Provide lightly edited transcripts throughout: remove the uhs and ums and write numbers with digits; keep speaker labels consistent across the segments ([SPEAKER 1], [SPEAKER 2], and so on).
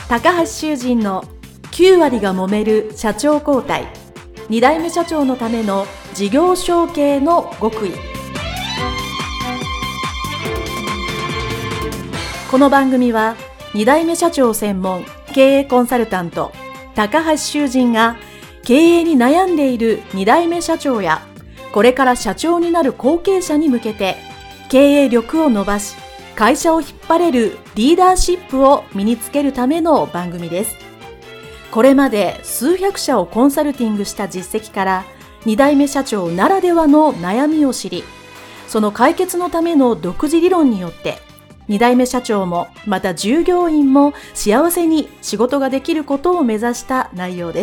[SPEAKER 1] 高橋修人の9割が揉める社長交代、2代目社長のための事業承継の極意。この番組は2代目社長専門経営コンサルタント高橋修人が経営に悩んでいる2代目社長やこれから社長になる後継者に向けて経営力を伸ばし会社を引っ張れるリーダーシップを身につけるための番組です。これまで数百社をコンサルティングした実績から2代目社長ならではの悩みを知り、その解決のための独自理論によって2代目社長もまた従業員も幸せに仕事ができることを目指した内容です。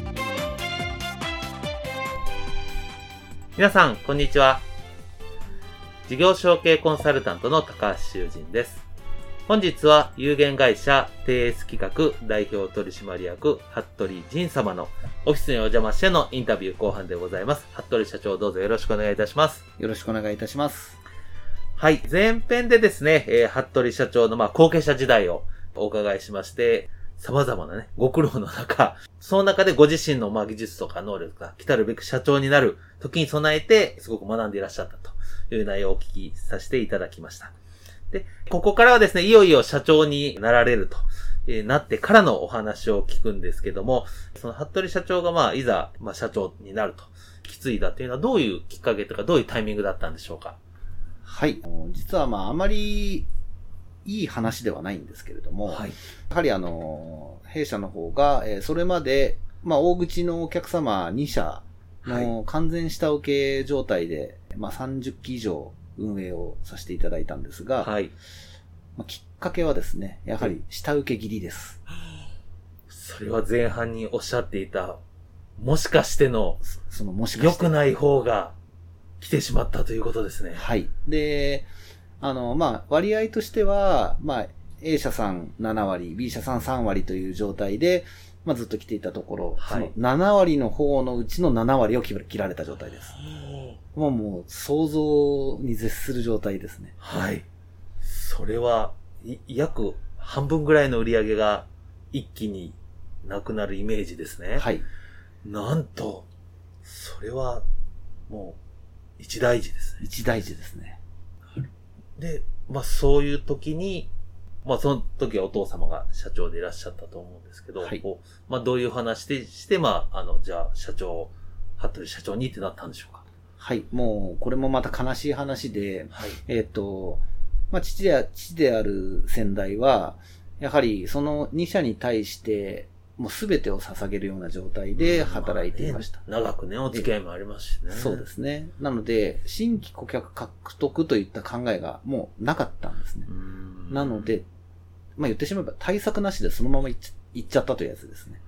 [SPEAKER 2] 皆さんこんにちは。事業承継コンサルタントの高橋修人です。本日は有限会社 TS 企画代表取締役服部仁様のオフィスにお邪魔してのインタビュー後半でございます。服部社長、どうぞよろしくお願いいたします。
[SPEAKER 3] よろしくお願いいたします。
[SPEAKER 2] はい、前編でですね、服部社長の後継者時代をお伺いしまして、様々なね、ご苦労の中、その中でご自身の技術とか能力が来たるべく社長になる時に備えてすごく学んでいらっしゃったという内容をお聞きさせていただきました。で、ここからはですね、いよいよ社長になられると、なってからのお話を聞くんですけども、その服部社長がいざ、社長になると、きついだというのはどういうきっかけとかどういうタイミングだったんでしょうか？
[SPEAKER 3] はい。実はあまりいい話ではないんですけれども、はい、やはり弊社の方が、それまで、大口のお客様2社の完全下請け状態で、30期以上運営をさせていただいたんですが、はい、きっかけはですね、やはり下請け切りです。
[SPEAKER 2] それは前半におっしゃっていた、もしかしての、良くない方が来てしまったということですね。
[SPEAKER 3] はい。で、割合としては、A 社さん7割、B 社さん3割という状態で、ずっと来ていたところ、はい、その7割の方のうちの7割を切られた状態です。もう想像に絶する状態ですね。
[SPEAKER 2] はい。それは、約半分ぐらいの売り上げが一気になくなるイメージですね。
[SPEAKER 3] はい。
[SPEAKER 2] なんと、それはもう一大事ですね。
[SPEAKER 3] 一大事ですね。
[SPEAKER 2] で、そういう時に、その時はお父様が社長でいらっしゃったと思うんですけど、はい、どういう話でして、じゃあ服部社長にってなったんでしょうか？
[SPEAKER 3] はい、もう、これもまた悲しい話で、はい、父である先代は、やはりその2社に対して、もう全てを捧げるような状態で働いていました。
[SPEAKER 2] 長くね、お付き合いもありますしね。
[SPEAKER 3] そうですね。なので、新規顧客獲得といった考えがもうなかったんですね。なので、言ってしまえば対策なしでそのまま行っちゃったというやつですね。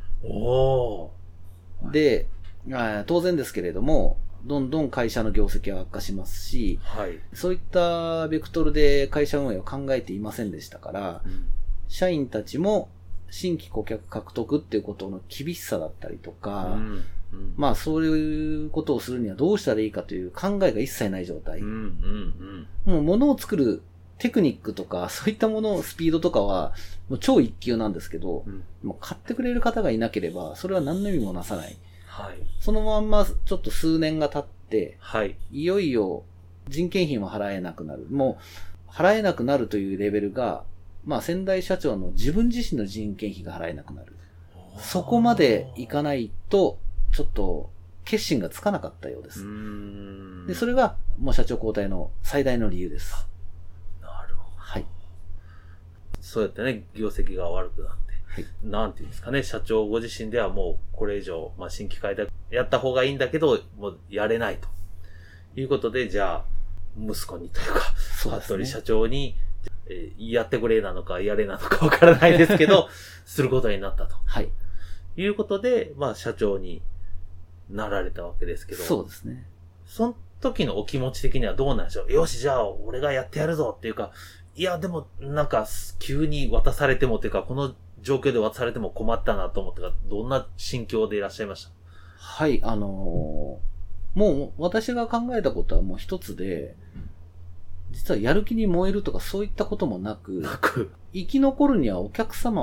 [SPEAKER 3] で、当然ですけれども、どんどん会社の業績は悪化しますし、はい、そういったベクトルで会社運営を考えていませんでしたから、社員たちも新規顧客獲得っていうことの厳しさだったりとか、そういうことをするにはどうしたらいいかという考えが一切ない状態。もう物を作るテクニックとか、そういったもの、スピードとかは、もう超一級なんですけど、もう買ってくれる方がいなければ、それは何の意味もなさない。はい、そのまんま、ちょっと数年が経って、はい、いよいよ人件費も払えなくなる。もう、払えなくなるというレベルが、先代社長の自分自身の人件費が払えなくなる。そこまでいかないと、ちょっと、決心がつかなかったようです。で、それが、もう社長交代の最大の理由です。
[SPEAKER 2] なるほど。はい。そうやってね、業績が悪くなって。はい、なんていうんですかね、社長ご自身ではもうこれ以上、新規開拓やった方がいいんだけど、もうやれないということで、じゃあ、息子にというか、服部社長に、やってくれなのか、やれなのかわからないですけど、することになったと。はい。いうことで、社長になられたわけですけど。
[SPEAKER 3] そうですね。
[SPEAKER 2] その時のお気持ち的にはどうなんでしょう？よし、じゃあ、俺がやってやるぞっていうか、いや、でも、急に渡されてもっていうか、この状況で渡されても困ったなと思ってか、どんな心境でいらっしゃいました？
[SPEAKER 3] はい、もう私が考えたことはもう一つで、実はやる気に燃えるとかそういったこともなく、生き残るにはお客様を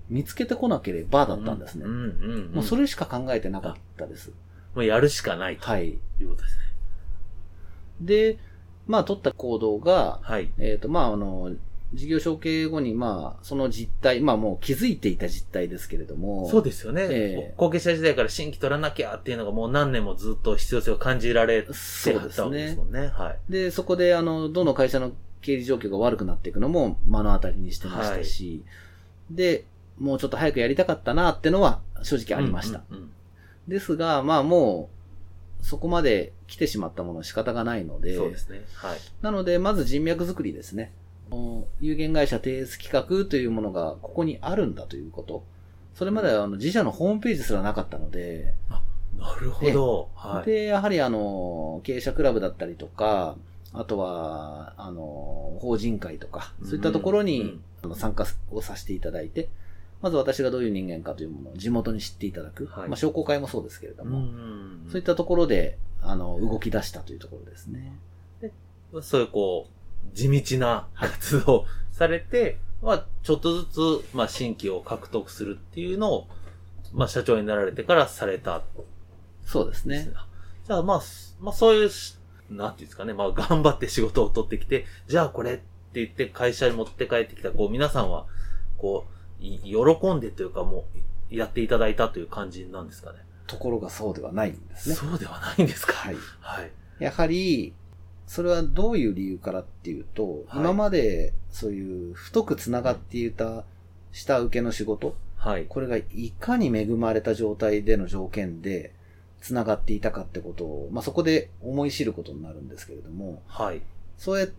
[SPEAKER 3] 見つけてこなければだったんですね。もうそれしか考えてなかったです。
[SPEAKER 2] もうやるしかないと。はい。いうことですね。
[SPEAKER 3] で、取った行動が、はい。事業承継後に、その実態、もう気づいていた実態ですけれども。
[SPEAKER 2] そうですよね。後継者時代から新規取らなきゃっていうのがもう何年もずっと必要性を感じられてはったわけですもんね。はい。
[SPEAKER 3] で、そこで、どの会社の経理状況が悪くなっていくのも目の当たりにしてましたし、はい、で、もうちょっと早くやりたかったなってのは正直ありました。ですが、もう、そこまで来てしまったものは仕方がないので、
[SPEAKER 2] そうですね。はい。
[SPEAKER 3] なので、まず人脈作りですね。有限会社提出企画というものがここにあるんだということ。それまでは自社のホームページすらなかったので。
[SPEAKER 2] なるほど。
[SPEAKER 3] はい。で、やはり経営者クラブだったりとか、あとは、法人会とか、そういったところに参加をさせていただいて、まず私がどういう人間かというものを地元に知っていただく。はい、商工会もそうですけれども、そういったところで、動き出したというところですね。
[SPEAKER 2] でそういう地道な活動されて、ちょっとずつ、新規を獲得するっていうのを、社長になられてからされた。
[SPEAKER 3] そうですね。
[SPEAKER 2] じゃあ、そういう、なんていうんですかね、頑張って仕事を取ってきて、じゃあこれって言って会社に持って帰ってきた、皆さんは、喜んでというかもう、やっていただいたという感じなんですかね。
[SPEAKER 3] ところがそうではないんですね。
[SPEAKER 2] そうではないんですか。
[SPEAKER 3] はい。はい。やはり、それはどういう理由からっていうと、はい、今までそういう太くつながっていた下請けの仕事、はい、これがいかに恵まれた状態での条件でつながっていたかってことを、そこで思い知ることになるんですけれども、はい、そうやって、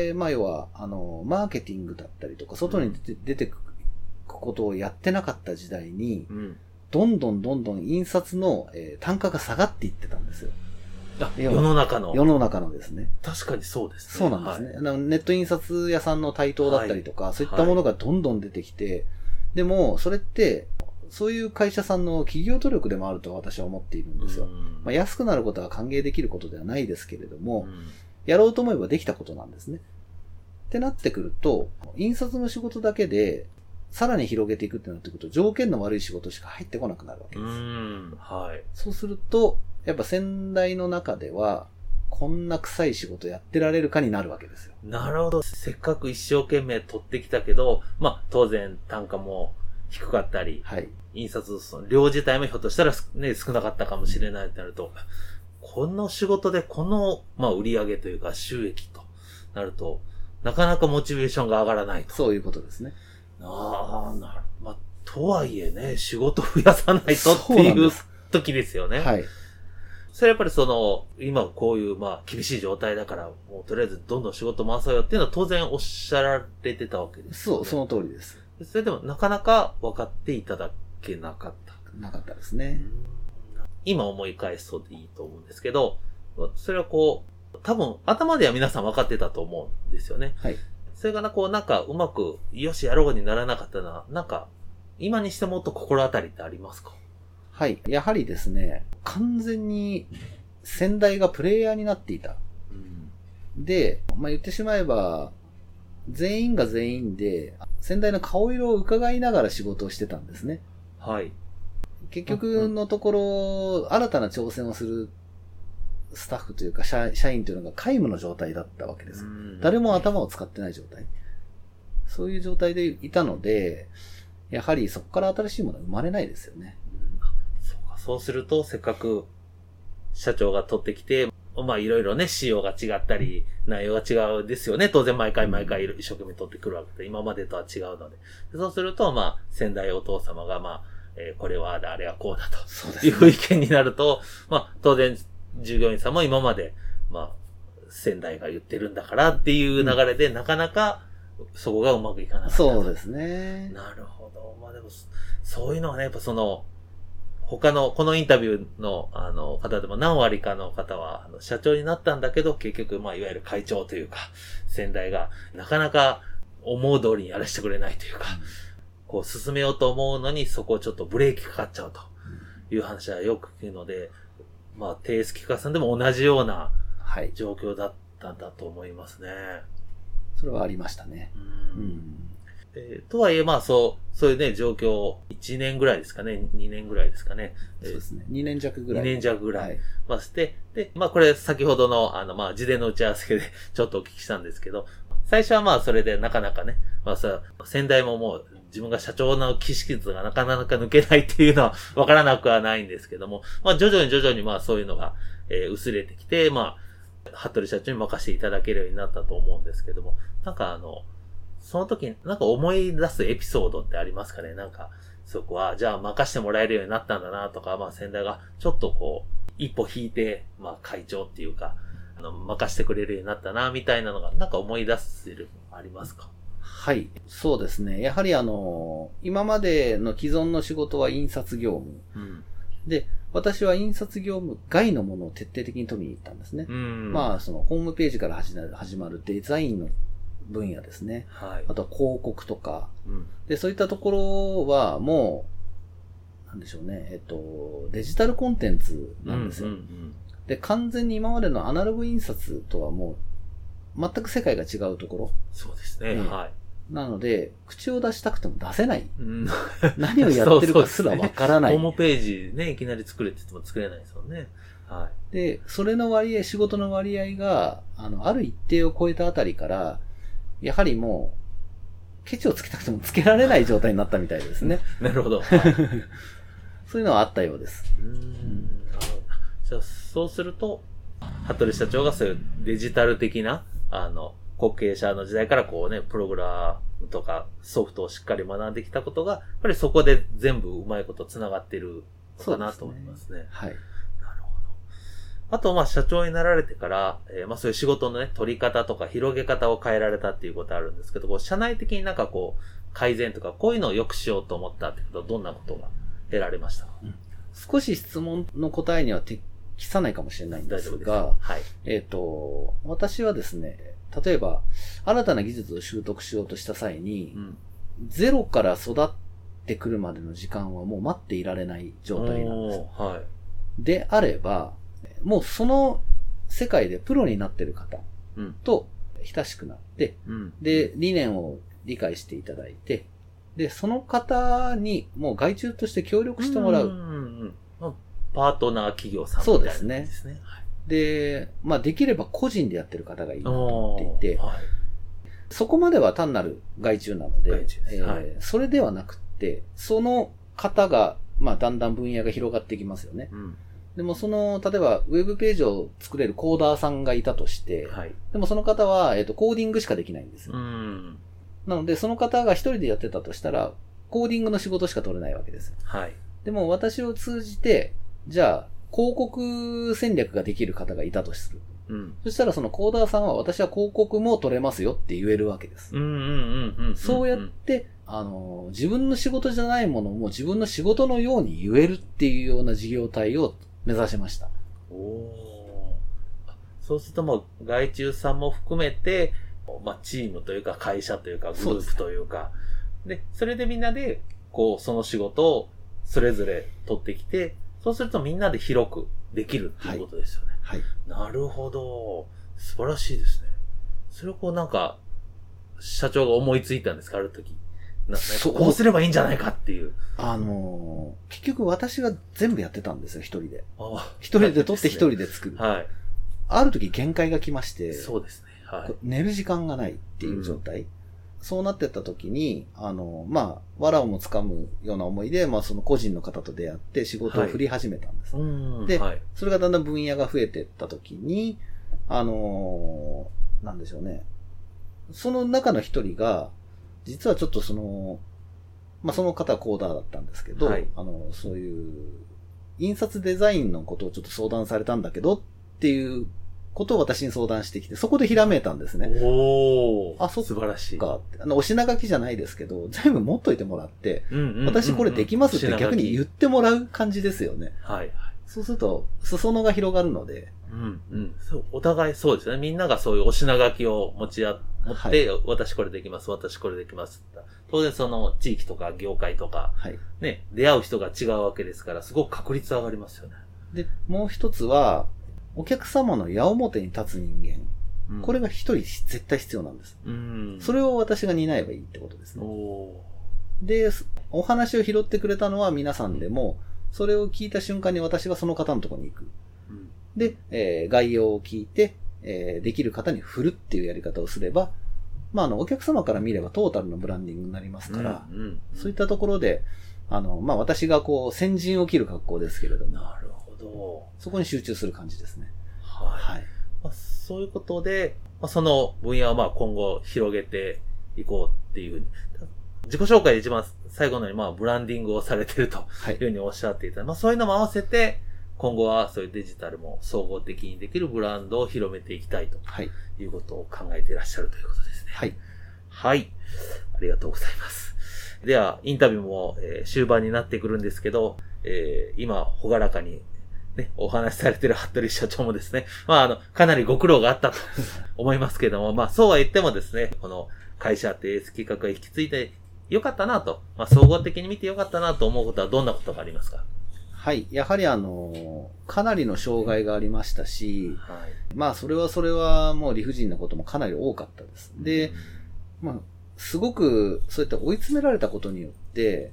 [SPEAKER 3] 要は、マーケティングだったりとか、外に出てくことをやってなかった時代に、どんどん印刷の、単価が下がっていってたんですよ。
[SPEAKER 2] 世の中の
[SPEAKER 3] ですね。
[SPEAKER 2] 確かにそうですね。
[SPEAKER 3] そうなんですね。はい、ネット印刷屋さんの台頭だったりとか、はい、そういったものがどんどん出てきて、でも、それって、そういう会社さんの企業努力でもあると私は思っているんですよ。安くなることは歓迎できることではないですけれども、やろうと思えばできたことなんですね。ってなってくると、印刷の仕事だけで、さらに広げていくってなってくると、条件の悪い仕事しか入ってこなくなるわけです。はい。そうすると、やっぱ先代の中では、こんな臭い仕事やってられるかになるわけですよ。
[SPEAKER 2] なるほど。せっかく一生懸命取ってきたけど、当然単価も低かったり、はい、印刷の量自体もひょっとしたらね、少なかったかもしれないってなると、この仕事でこの、売り上げというか収益となると、なかなかモチベーションが上がらないと。
[SPEAKER 3] そういうことですね。
[SPEAKER 2] とはいえね、仕事増やさないとっていう時ですよね。はい。それやっぱり今こういう厳しい状態だから、もうとりあえずどんどん仕事回そうよっていうのは当然おっしゃられてたわけですよね。
[SPEAKER 3] そう、その通りです。
[SPEAKER 2] それでもなかなか分かっていただけなかった。
[SPEAKER 3] なかったですね。
[SPEAKER 2] 今思い返すとでいいと思うんですけど、それは多分頭では皆さん分かってたと思うんですよね。はい。それがうまくよしやろうにならなかったのは、今にしてもっと心当たりってありますか？
[SPEAKER 3] はい。やはりですね、完全に先代がプレイヤーになっていた。で、言ってしまえば、全員が全員で、先代の顔色を伺いながら仕事をしてたんですね。はい。結局のところ、新たな挑戦をするスタッフというか社員というのが皆無の状態だったわけです。誰も頭を使ってない状態。そういう状態でいたので、やはりそこから新しいものは生まれないですよね。
[SPEAKER 2] そうすると、せっかく社長が取ってきて、いろいろね、仕様が違ったり、内容が違うですよね。当然毎回一生懸命取ってくるわけで、今までとは違うので。そうすると、先代お父様が、これはあれはこうだという意見になると、当然従業員さんも今まで、先代が言ってるんだからっていう流れで、なかなかそこがうまくいかなかった。
[SPEAKER 3] そうですね。
[SPEAKER 2] なるほど。でも、そういうのはね、やっぱ他の、このインタビューの、方でも何割かの方は、社長になったんだけど、結局、いわゆる会長というか、先代が、なかなか思う通りにやらせてくれないというか、進めようと思うのに、そこをちょっとブレーキかかっちゃうという話はよく聞くので、提出企画さんでも同じような状況だったんだと思いますね。
[SPEAKER 3] それはありましたね。
[SPEAKER 2] とはいえ、まあそういうね、状況、1年ぐらいですかね、2年ぐらいですかね。
[SPEAKER 3] そうですね。2年弱ぐらい。
[SPEAKER 2] 2年弱ぐらい。まして、で、まあこれ先ほどの、まあ事前の打ち合わせでちょっとお聞きしたんですけど、最初はまあそれでなかなかね、まあ先代ももう自分が社長の気質がなかなか抜けないっていうのはわからなくはないんですけども、まあ徐々にまあそういうのが、薄れてきて、まあ、服部社長に任せていただけるようになったと思うんですけども、なんかその時、なんか思い出すエピソードってありますかね？なんか、そこは、じゃあ任してもらえるようになったんだなとか、まあ先代がちょっとこう、一歩引いて、まあ会長っていうか、任してくれるようになったな、みたいなのが、なんか思い出せるのありますか？
[SPEAKER 3] はい。そうですね。やはり今までの既存の仕事は印刷業務。うん、で、私は印刷業務外のものを徹底的に取りに行ったんですね。まあ、ホームページから始まるデザインの分野ですね。はい。あとは広告とか。で、そういったところはもう、なんでしょうね。デジタルコンテンツなんですよ。で、完全に今までのアナログ印刷とはもう、全く世界が違うところ。
[SPEAKER 2] そうですね。はい。
[SPEAKER 3] なので、口を出したくても出せない。何をやってるかすらわからない。
[SPEAKER 2] ホームページね、いきなり作れって言っても作れないですよね。
[SPEAKER 3] はい。で、それの割合、仕事の割合が、ある一定を超えたあたりから、やはりもう、ケチをつけたくてもつけられない状態になったみたいですね。
[SPEAKER 2] なるほど。
[SPEAKER 3] そういうのはあったようです。
[SPEAKER 2] なるほど。じゃあ、そうすると、服部社長がそういうデジタル的な、後継者の時代からこうね、プログラムとかソフトをしっかり学んできたことが、やっぱりそこで全部うまいこと繋がってるのかなと思いますね。
[SPEAKER 3] はい。
[SPEAKER 2] なるほど。あと、まあ、社長になられてから、まあ、そういう仕事のね、取り方とか広げ方を変えられたっていうことあるんですけど、こう、社内的になんかこう、改善とか、こういうのを良くしようと思ったってことは、どんなことが得られましたか？
[SPEAKER 3] 少し質問の答えには適さないかもしれないんですが、はい。私はですね、例えば、新たな技術を習得しようとした際に、ゼロから育ってくるまでの時間はもう待っていられない状態なんです。はい。であれば、もうその世界でプロになっている方と親しくなって、で、理念を理解していただいて、で、その方にもう外注として協力してもらう。
[SPEAKER 2] パートナー企業さんみたいなですね。
[SPEAKER 3] そうですね。で、まあできれば個人でやってる方がいいなと思っていて、はい、そこまでは単なる外注なので、それではなくて、その方が、まあだんだん分野が広がっていきますよね。でも例えばウェブページを作れるコーダーさんがいたとして、はい、でもその方は、コーディングしかできないんですよ。なのでその方が一人でやってたとしたら、コーディングの仕事しか取れないわけです。はい。でも私を通じて、じゃあ、広告戦略ができる方がいたとする。そしたらそのコーダーさんは私は広告も取れますよって言えるわけです。そうやって、自分の仕事じゃないものも自分の仕事のように言えるっていうような事業体を目指しました。
[SPEAKER 2] そうするともう外注さんも含めて、まあチームというか会社というかグループというか、で、それでみんなで、こう、その仕事をそれぞれ取ってきて、そうするとみんなで広くできるっていうことですよね。はい。なるほど。素晴らしいですね。それをこうなんか、社長が思いついたんですか？ある時。こうすればいいんじゃないかっていう。
[SPEAKER 3] 結局私が全部やってたんですよ、一人で。一人で取って一人で作る。はい。ある時限界が来まして。
[SPEAKER 2] そうですね。はい。
[SPEAKER 3] 寝る時間がないっていう状態。そうなってった時に、まあ、藁をもつかむような思いで、まあ、その個人の方と出会って仕事を振り始めたんです。で、それがだんだん分野が増えてった時に、なんでしょうね。その中の一人が、実はちょっとまあ、その方はコーダーだったんですけど、そういう、印刷デザインのことをちょっと相談されたんだけどっていうことを私に相談してきて、そこでひらめいたんですね。
[SPEAKER 2] 素晴らしい。
[SPEAKER 3] お品書きじゃないですけど、全部持っといてもらって、私これできますって逆に言ってもらう感じですよね。はい。そうすると、裾野が広がるので。
[SPEAKER 2] そう、お互いそうですね。みんながそういうお品書きを持って、私これできます、私これできます。当然その地域とか業界とか、ね、出会う人が違うわけですから、すごく確率上がりますよね。
[SPEAKER 3] で、もう一つは、お客様の矢面に立つ人間これが一人絶対必要なんです。それを私が担えばいいってことですね。で、お話を拾ってくれたのは皆さんでも、それを聞いた瞬間に私はその方のところに行く。で、概要を聞いて、できる方に振るっていうやり方をすれば、お客様から見ればトータルのブランディングになりますから、そういったところで、私が先陣を切る格好ですけれども。
[SPEAKER 2] なるほど。
[SPEAKER 3] そこに集中する感じですね。
[SPEAKER 2] はい。そういうことで、その分野を今後広げていこうっていうふうに。自己紹介で一番最後のようにブランディングをされているというふうにおっしゃっていた。そういうのも合わせて、今後はそういうデジタルも総合的にできるブランドを広めていきたいということを考えていらっしゃるということですね。
[SPEAKER 3] はい。
[SPEAKER 2] はい。ありがとうございます。では、インタビューも、終盤になってくるんですけど、今、ほがらかにね、お話しされている服部社長もですね、かなりご苦労があったと思いますけども、そうは言ってもですね、この会社ってエース企画が引き継いでよかったなと、総合的に見てよかったなと思うことはどんなことがありますか？
[SPEAKER 3] はい。やはりかなりの障害がありましたし、それはもう理不尽なこともかなり多かったです。で、すごくそうやって追い詰められたことによって、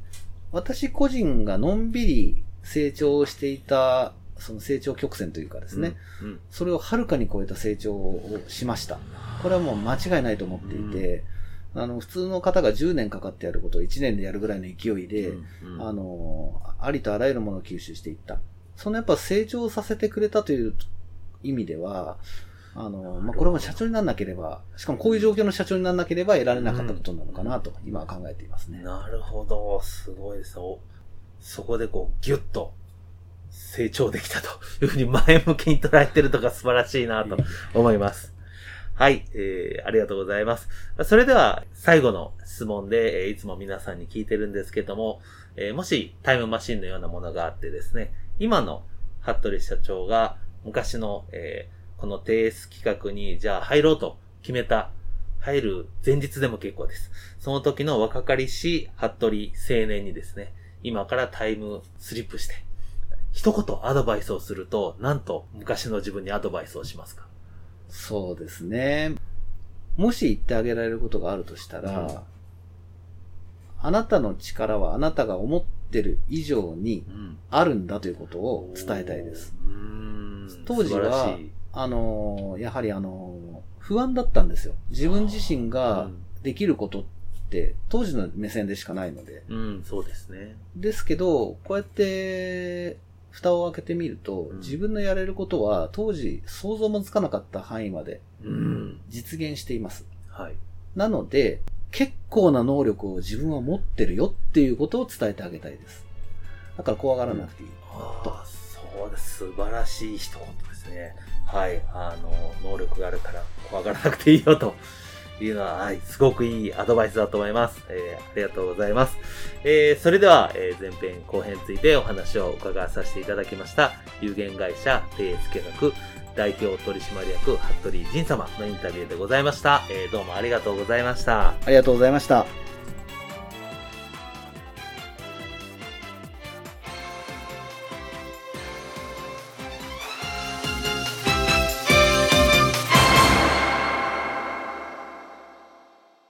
[SPEAKER 3] 私個人がのんびり成長していた、その成長曲線というかですね、それをはるかに超えた成長をしました。これはもう間違いないと思っていて、普通の方が10年かかってやることを1年でやるぐらいの勢いで、ありとあらゆるものを吸収していった。そのやっぱ成長させてくれたという意味では、これも社長にならなければ、しかもこういう状況の社長にならなければ得られなかったことなのかなと、今は考えていますね。
[SPEAKER 2] なるほど。すごいです。そこでギュッと成長できたというふうに前向きに捉えてるとか素晴らしいなと思います。はい、ありがとうございます。それでは最後の質問で、いつも皆さんに聞いてるんですけども、もしタイムマシンのようなものがあってですね、今の服部社長が昔の、このTS企画にじゃあ入ろうと決めた、入る前日でも結構です。その時の若かりし服部青年にですね、今からタイムスリップして、一言アドバイスをすると、なんと昔の自分にアドバイスをしますか？
[SPEAKER 3] そうですね。もし言ってあげられることがあるとしたら、あなたの力はあなたが思ってる以上にあるんだということを伝えたいです。当時は、やはり不安だったんですよ。自分自身ができることって当時の目線でしかないので。
[SPEAKER 2] そうですね。
[SPEAKER 3] ですけど、こうやって蓋を開けてみると、自分のやれることは当時想像もつかなかった範囲まで実現しています。なので、結構な能力を自分は持ってるよっていうことを伝えてあげたいです。だから怖がらなくていいと。
[SPEAKER 2] そうです。素晴らしい一言ですね。はい。能力があるから怖がらなくていいよというのは、すごくいいアドバイスだと思います。ありがとうございます。それでは、前編後編についてお話を伺わさせていただきました。有限会社TS企画代表取締役服部仁様のインタビューでございました。どうもありがとうございました。
[SPEAKER 3] ありがとうございました。